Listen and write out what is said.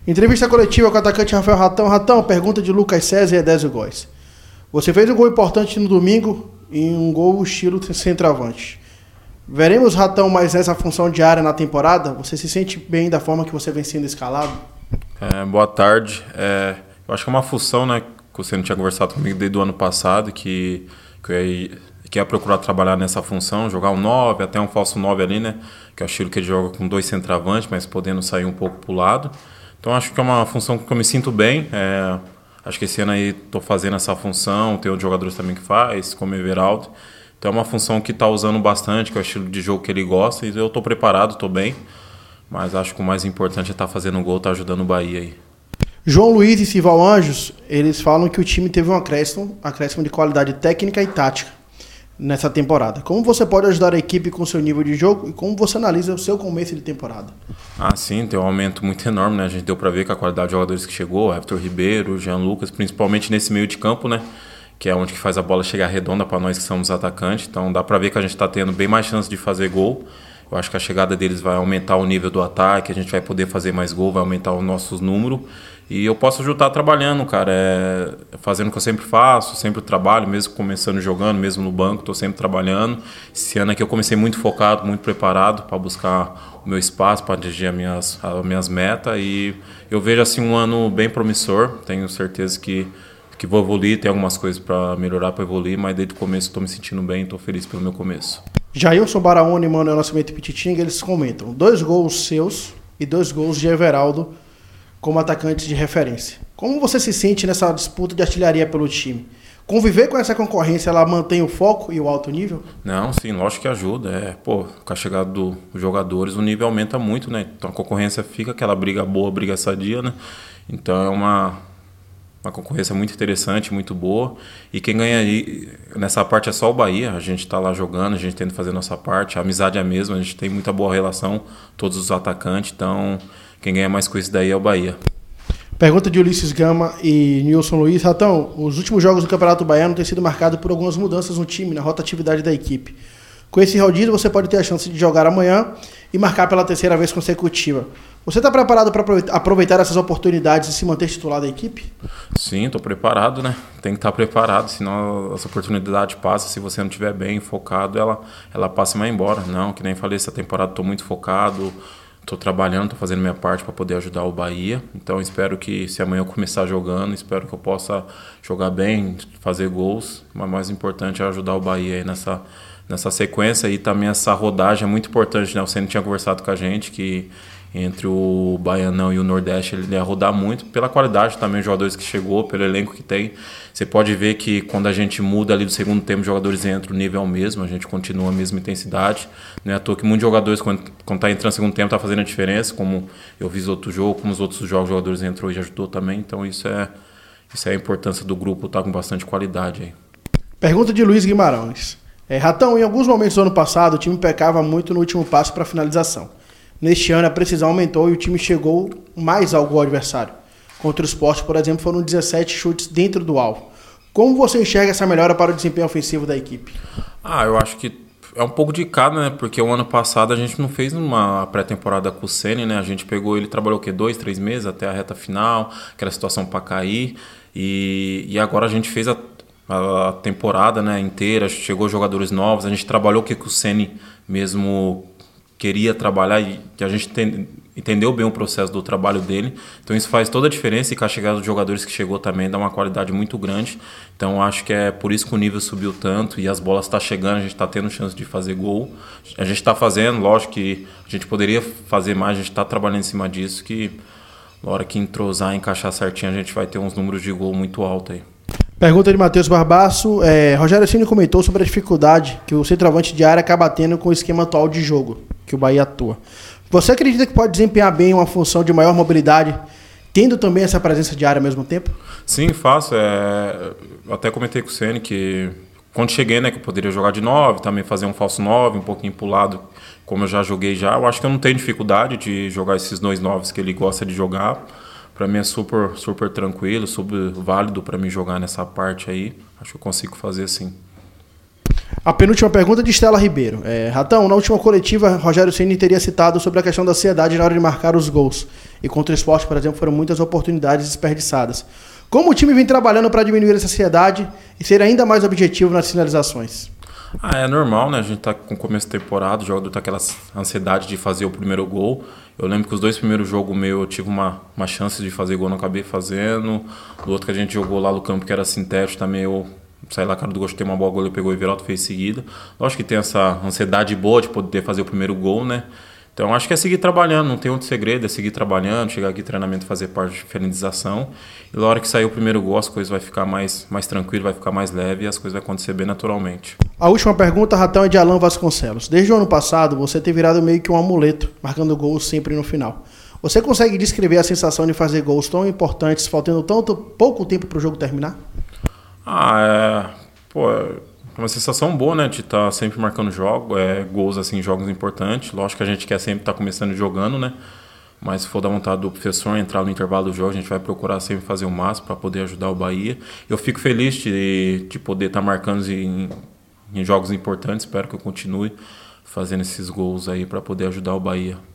Entrevista coletiva com o atacante Rafael Ratão. Ratão, pergunta de Lucas César e Edésio Góes. Você fez um gol importante no domingo e um gol estilo centroavante. Veremos Ratão mais nessa função diária na temporada? Você se sente bem da forma que você vem sendo escalado? Boa tarde. Eu acho que é uma função, né, que você não tinha conversado comigo desde o ano passado, que ia procurar trabalhar nessa função, jogar um 9, até um falso 9 ali, né? Que é o estilo que ele joga com 2 centroavantes, mas podendo sair um pouco para o lado. Então acho que é uma função que eu me sinto bem. Acho que esse ano aí estou fazendo essa função, tem outros jogadores também que faz, como o Everaldo. Então é uma função que está usando bastante, que é o estilo de jogo que ele gosta, e eu estou preparado, estou bem. Mas acho que o mais importante é estar fazendo gol, estar ajudando o Bahia aí. João Luiz e Sival Anjos, eles falam que o time teve um acréscimo de qualidade técnica e tática nessa temporada. Como você pode ajudar a equipe com o seu nível de jogo e como você analisa o seu começo de temporada? Sim, tem um aumento muito enorme, né? A gente deu para ver com a qualidade de jogadores que chegou, Everton Ribeiro, Jean Lucas, principalmente nesse meio de campo, né? Que é onde que faz a bola chegar redonda para nós que somos atacantes. Então dá para ver que a gente está tendo bem mais chance de fazer gol. Eu acho que a chegada deles vai aumentar o nível do ataque, a gente vai poder fazer mais gol, vai aumentar os nossos números. E eu posso ajudar trabalhando, cara, fazendo o que eu sempre faço, sempre trabalho, mesmo começando jogando, mesmo no banco, estou sempre trabalhando. Esse ano aqui eu comecei muito focado, muito preparado para buscar o meu espaço, para atingir as minhas metas. E eu vejo assim um ano bem promissor, tenho certeza que vou evoluir, tem algumas coisas para melhorar, para evoluir, mas desde o começo estou me sentindo bem, estou feliz pelo meu começo. Jailson Baraone e Manuel Nascimento Pititinga, eles comentam 2 gols seus e 2 gols de Everaldo como atacantes de referência. Como você se sente nessa disputa de artilharia pelo time? Conviver com essa concorrência, ela mantém o foco e o alto nível? Não, sim, lógico que ajuda. Com a chegada dos jogadores, o nível aumenta muito, né? Então a concorrência fica aquela briga boa, briga sadia, né? Então é uma concorrência muito interessante, muito boa. E quem ganha aí nessa parte é só o Bahia. A gente está lá jogando, a gente tenta fazer a nossa parte. A amizade é a mesma, a gente tem muita boa relação, todos os atacantes. Então, quem ganha mais com isso daí é o Bahia. Pergunta de Ulisses Gama e Nilson Luiz. Ratão, os últimos jogos do Campeonato Baiano têm sido marcados por algumas mudanças no time, na rotatividade da equipe. Com esse rodízio, você pode ter a chance de jogar amanhã e marcar pela 3ª vez consecutiva. Você está preparado para aproveitar essas oportunidades e se manter titular da equipe? Sim, estou preparado, né? Tem que estar preparado, senão essa oportunidade passa. Se você não estiver bem focado, ela passa e vai embora. Não, que nem falei, essa temporada estou muito focado, estou trabalhando, estou fazendo minha parte para poder ajudar o Bahia. Então espero que, se amanhã eu começar jogando, espero que eu possa jogar bem, fazer gols. Mas o mais importante é ajudar o Bahia aí nessa sequência. E também essa rodagem é muito importante, né? Você não tinha conversado com a gente que entre o Baianão e o Nordeste ele ia rodar muito, pela qualidade também dos jogadores que chegou, pelo elenco que tem. Você pode ver que quando a gente muda ali do segundo tempo, os jogadores entram, o nível é o mesmo, a gente continua a mesma intensidade. Não é à toa que muitos jogadores, quando tá entrando no segundo tempo, tá fazendo a diferença, como eu vi outro jogo, como os outros jogos, os jogadores entrou e ajudou também. Então isso é a importância do grupo estar com bastante qualidade aí. Pergunta de Luiz Guimarães. Ratão, em alguns momentos do ano passado, o time pecava muito no último passo para a finalização. Neste ano, a precisão aumentou e o time chegou mais ao gol adversário. Contra o Sport, por exemplo, foram 17 chutes dentro do alvo. Como você enxerga essa melhora para o desempenho ofensivo da equipe? Eu acho que é um pouco de cada, né? Porque o ano passado a gente não fez uma pré-temporada com o Ceni, né? A gente pegou, ele trabalhou o quê? 2, 3 meses até a reta final, aquela situação para cair. E agora a gente fez a temporada, né, inteira, chegou jogadores novos, a gente trabalhou o que o Ceni mesmo queria trabalhar e que a gente entendeu bem o processo do trabalho dele. Então isso faz toda a diferença e com a chegada dos jogadores que chegou também dá uma qualidade muito grande. Então acho que é por isso que o nível subiu tanto e as bolas estão chegando, a gente está tendo chance de fazer gol. A gente está fazendo, lógico que a gente poderia fazer mais, a gente está trabalhando em cima disso, que na hora que entrosar, encaixar certinho, a gente vai ter uns números de gol muito altos aí. Pergunta de Matheus Barbaço. Rogério Ceni comentou sobre a dificuldade que o centroavante de área acaba tendo com o esquema atual de jogo que o Bahia atua. Você acredita que pode desempenhar bem uma função de maior mobilidade, tendo também essa presença de área ao mesmo tempo? Sim, faço. Eu até comentei com o Ceni que quando cheguei, né, que eu poderia jogar de 9, também fazer um falso 9, um pouquinho pro lado, como eu já joguei já. Eu acho que eu não tenho dificuldade de jogar esses 2 9s que ele gosta de jogar. Para mim é super, super tranquilo, super válido para mim jogar nessa parte aí. Acho que eu consigo fazer sim. A penúltima pergunta de Estela Ribeiro. Ratão, na última coletiva, Rogério Ceni teria citado sobre a questão da ansiedade na hora de marcar os gols. E contra o Sport, por exemplo, foram muitas oportunidades desperdiçadas. Como o time vem trabalhando para diminuir essa ansiedade e ser ainda mais objetivo nas finalizações? É normal, né? A gente tá com o começo da temporada, o jogador tá aquela ansiedade de fazer o primeiro gol. Eu lembro que os 2 primeiros jogos meus eu tive uma chance de fazer gol, não acabei fazendo. O outro que a gente jogou lá no campo, que era sintético, também eu saí lá, cara do gol, chutei uma bola, o goleiro pegou e Everaldo fez seguida. Lógico que tem essa ansiedade boa de poder fazer o primeiro gol, né? Então acho que é seguir trabalhando, não tem outro segredo, é seguir trabalhando, chegar aqui treinamento, fazer parte de finalização. E na hora que sair o primeiro gol, as coisas vai ficar mais tranquilo, vai ficar mais leve e as coisas vão acontecer bem naturalmente. A última pergunta, Ratão, é de Alan Vasconcelos. Desde o ano passado, você tem virado meio que um amuleto, marcando gols sempre no final. Você consegue descrever a sensação de fazer gols tão importantes, faltando pouco tempo para o jogo terminar? É uma sensação boa, né, de estar sempre marcando gols assim, jogos importantes. Lógico que a gente quer sempre estar começando jogando, né? Mas se for da vontade do professor entrar no intervalo do jogo, a gente vai procurar sempre fazer o máximo para poder ajudar o Bahia. Eu fico feliz de poder estar marcando em jogos importantes. Espero que eu continue fazendo esses gols aí para poder ajudar o Bahia.